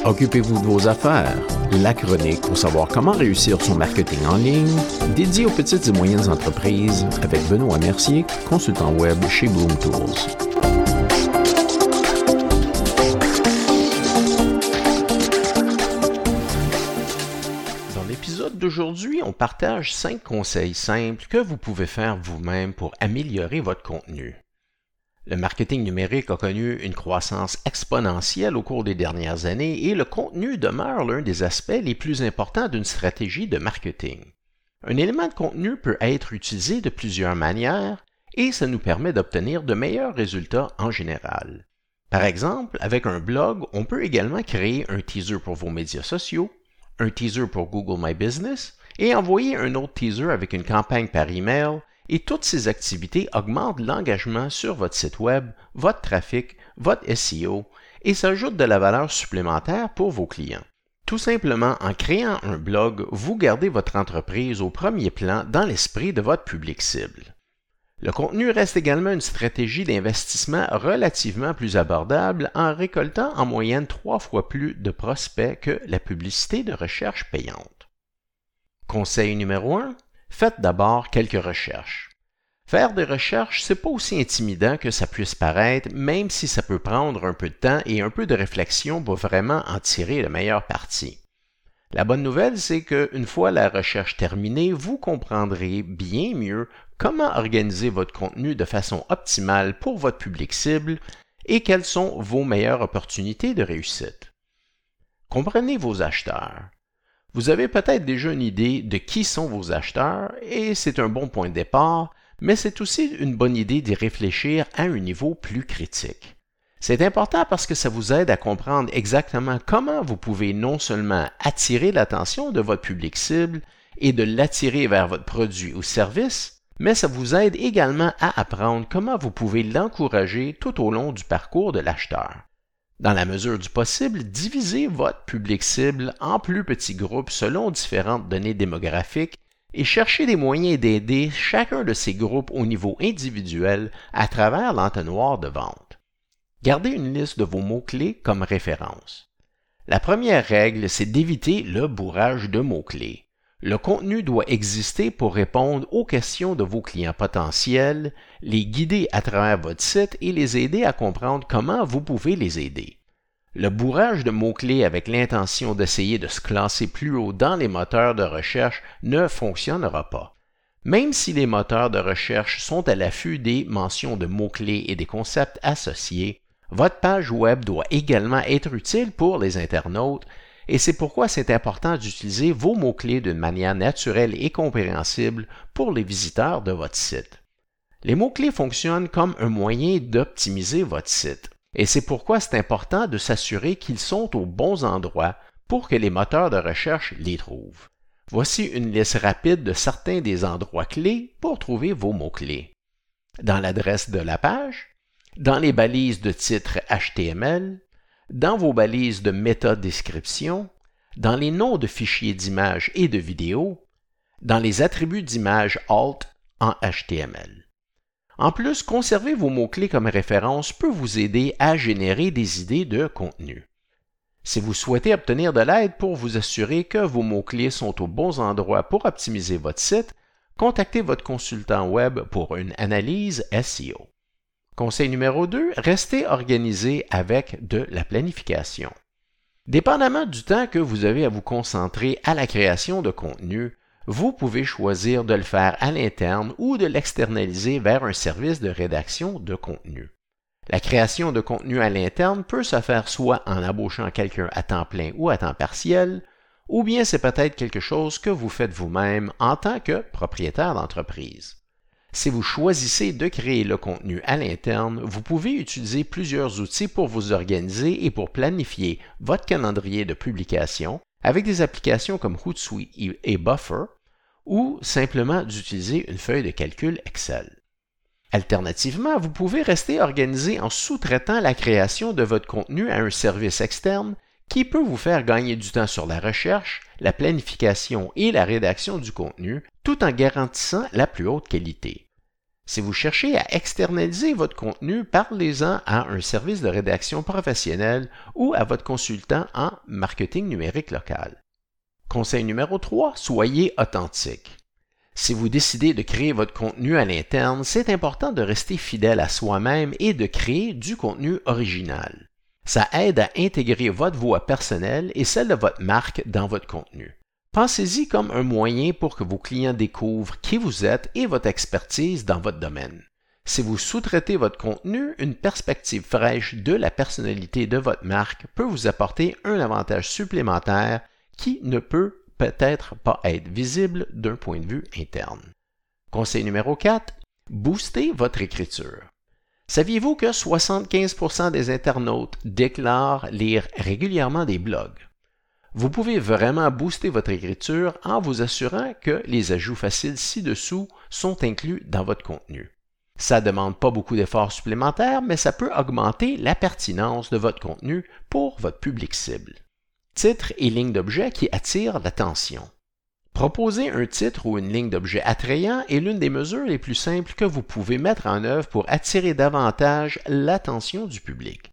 Occupez-vous de vos affaires. La chronique pour savoir comment réussir son marketing en ligne, dédié aux petites et moyennes entreprises avec Benoît Mercier, consultant web chez Bloom Tools. Dans l'épisode d'aujourd'hui, on partage 5 conseils simples que vous pouvez faire vous-même pour améliorer votre contenu. Le marketing numérique a connu une croissance exponentielle au cours des dernières années et le contenu demeure l'un des aspects les plus importants d'une stratégie de marketing. Un élément de contenu peut être utilisé de plusieurs manières et ça nous permet d'obtenir de meilleurs résultats en général. Par exemple, avec un blog, on peut également créer un teaser pour vos médias sociaux, un teaser pour Google My Business et envoyer un autre teaser avec une campagne par email. Et toutes ces activités augmentent l'engagement sur votre site web, votre trafic, votre SEO et s'ajoutent de la valeur supplémentaire pour vos clients. Tout simplement, en créant un blog, vous gardez votre entreprise au premier plan dans l'esprit de votre public cible. Le contenu reste également une stratégie d'investissement relativement plus abordable en récoltant en moyenne 3 fois plus de prospects que la publicité de recherche payante. Conseil numéro 1. Faites d'abord quelques recherches. Faire des recherches, c'est pas aussi intimidant que ça puisse paraître, même si ça peut prendre un peu de temps et un peu de réflexion pour vraiment en tirer le meilleur parti. La bonne nouvelle, c'est qu'une fois la recherche terminée, vous comprendrez bien mieux comment organiser votre contenu de façon optimale pour votre public cible et quelles sont vos meilleures opportunités de réussite. Comprenez vos acheteurs. Vous avez peut-être déjà une idée de qui sont vos acheteurs et c'est un bon point de départ, mais c'est aussi une bonne idée d'y réfléchir à un niveau plus critique. C'est important parce que ça vous aide à comprendre exactement comment vous pouvez non seulement attirer l'attention de votre public cible et de l'attirer vers votre produit ou service, mais ça vous aide également à apprendre comment vous pouvez l'encourager tout au long du parcours de l'acheteur. Dans la mesure du possible, divisez votre public cible en plus petits groupes selon différentes données démographiques et cherchez des moyens d'aider chacun de ces groupes au niveau individuel à travers l'entonnoir de vente. Gardez une liste de vos mots-clés comme référence. La première règle, c'est d'éviter le bourrage de mots-clés. Le contenu doit exister pour répondre aux questions de vos clients potentiels, les guider à travers votre site et les aider à comprendre comment vous pouvez les aider. Le bourrage de mots-clés avec l'intention d'essayer de se classer plus haut dans les moteurs de recherche ne fonctionnera pas. Même si les moteurs de recherche sont à l'affût des mentions de mots-clés et des concepts associés, votre page web doit également être utile pour les internautes et c'est pourquoi c'est important d'utiliser vos mots-clés d'une manière naturelle et compréhensible pour les visiteurs de votre site. Les mots-clés fonctionnent comme un moyen d'optimiser votre site, et c'est pourquoi c'est important de s'assurer qu'ils sont aux bons endroits pour que les moteurs de recherche les trouvent. Voici une liste rapide de certains des endroits clés pour trouver vos mots-clés. Dans l'adresse de la page, dans les balises de titre HTML, dans vos balises de métadescription, dans les noms de fichiers d'images et de vidéos, dans les attributs d'image alt en HTML. En plus, conserver vos mots-clés comme référence peut vous aider à générer des idées de contenu. Si vous souhaitez obtenir de l'aide pour vous assurer que vos mots-clés sont aux bons endroits pour optimiser votre site, contactez votre consultant web pour une analyse SEO. Conseil numéro 2, restez organisé avec de la planification. Dépendamment du temps que vous avez à vous concentrer à la création de contenu, vous pouvez choisir de le faire à l'interne ou de l'externaliser vers un service de rédaction de contenu. La création de contenu à l'interne peut se faire soit en embauchant quelqu'un à temps plein ou à temps partiel, ou bien c'est peut-être quelque chose que vous faites vous-même en tant que propriétaire d'entreprise. Si vous choisissez de créer le contenu à l'interne, vous pouvez utiliser plusieurs outils pour vous organiser et pour planifier votre calendrier de publication avec des applications comme Hootsuite et Buffer ou simplement d'utiliser une feuille de calcul Excel. Alternativement, vous pouvez rester organisé en sous-traitant la création de votre contenu à un service externe qui peut vous faire gagner du temps sur la recherche, la planification et la rédaction du contenu, tout en garantissant la plus haute qualité. Si vous cherchez à externaliser votre contenu, parlez-en à un service de rédaction professionnel ou à votre consultant en marketing numérique local. Conseil numéro 3, soyez authentique. Si vous décidez de créer votre contenu à l'interne, c'est important de rester fidèle à soi-même et de créer du contenu original. Ça aide à intégrer votre voix personnelle et celle de votre marque dans votre contenu. Pensez-y comme un moyen pour que vos clients découvrent qui vous êtes et votre expertise dans votre domaine. Si vous sous-traitez votre contenu, une perspective fraîche de la personnalité de votre marque peut vous apporter un avantage supplémentaire qui ne peut-être pas être visible d'un point de vue interne. Conseil numéro 4, boostez votre écriture. Saviez-vous que 75% des internautes déclarent lire régulièrement des blogs? Vous pouvez vraiment booster votre écriture en vous assurant que les ajouts faciles ci-dessous sont inclus dans votre contenu. Ça ne demande pas beaucoup d'efforts supplémentaires, mais ça peut augmenter la pertinence de votre contenu pour votre public cible. Titre et ligne d'objet qui attirent l'attention. Proposer un titre ou une ligne d'objet attrayant est l'une des mesures les plus simples que vous pouvez mettre en œuvre pour attirer davantage l'attention du public.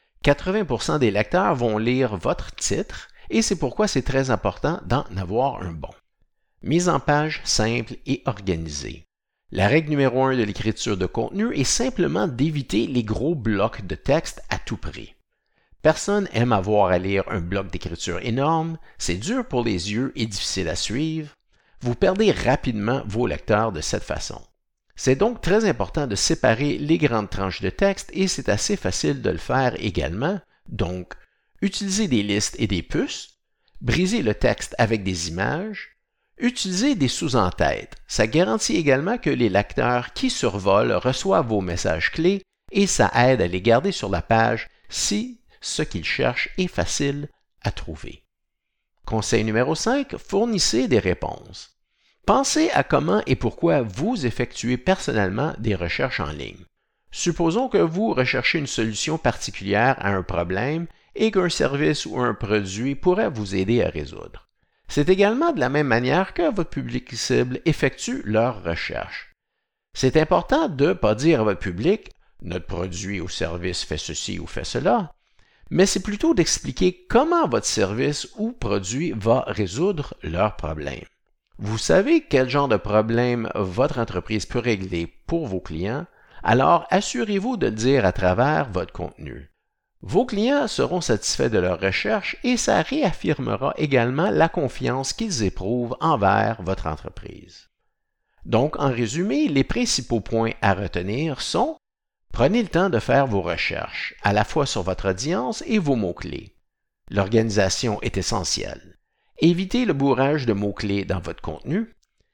80% des lecteurs vont lire votre titre et c'est pourquoi c'est très important d'en avoir un bon. Mise en page simple et organisée. La règle numéro 1 de l'écriture de contenu est simplement d'éviter les gros blocs de texte à tout prix. Personne aime avoir à lire un bloc d'écriture énorme, c'est dur pour les yeux et difficile à suivre. Vous perdez rapidement vos lecteurs de cette façon. C'est donc très important de séparer les grandes tranches de texte et c'est assez facile de le faire également. Donc, utilisez des listes et des puces, brisez le texte avec des images, utilisez des sous-entêtes. Ça garantit également que les lecteurs qui survolent reçoivent vos messages clés et ça aide à les garder sur la page si ce qu'ils cherchent est facile à trouver. Conseil numéro 5, fournissez des réponses. Pensez à comment et pourquoi vous effectuez personnellement des recherches en ligne. Supposons que vous recherchez une solution particulière à un problème et qu'un service ou un produit pourrait vous aider à résoudre. C'est également de la même manière que votre public cible effectue leurs recherches. C'est important de ne pas dire à votre public « notre produit ou service fait ceci ou fait cela », mais c'est plutôt d'expliquer comment votre service ou produit va résoudre leurs problèmes. Vous savez quel genre de problème votre entreprise peut régler pour vos clients, alors assurez-vous de le dire à travers votre contenu. Vos clients seront satisfaits de leur recherche et ça réaffirmera également la confiance qu'ils éprouvent envers votre entreprise. Donc, en résumé, les principaux points à retenir sont: prenez le temps de faire vos recherches, à la fois sur votre audience et vos mots-clés. L'organisation est essentielle. Évitez le bourrage de mots-clés dans votre contenu.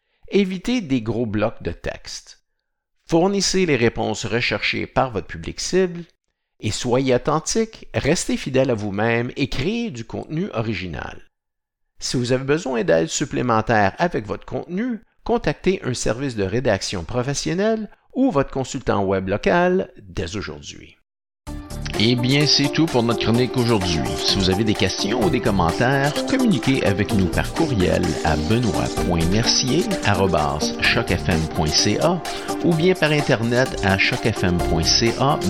Évitez des gros blocs de texte. Fournissez les réponses recherchées par votre public cible. Et soyez authentique, restez fidèle à vous-même et créez du contenu original. Si vous avez besoin d'aide supplémentaire avec votre contenu, contactez un service de rédaction professionnel ou votre consultant web local dès aujourd'hui. Eh bien, c'est tout pour notre chronique aujourd'hui. Si vous avez des questions ou des commentaires, communiquez avec nous par courriel à benoît.mercier@chocfm.ca ou bien par Internet à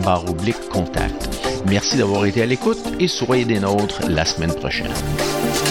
chocfm.ca/contact. Merci d'avoir été à l'écoute et soyez des nôtres la semaine prochaine.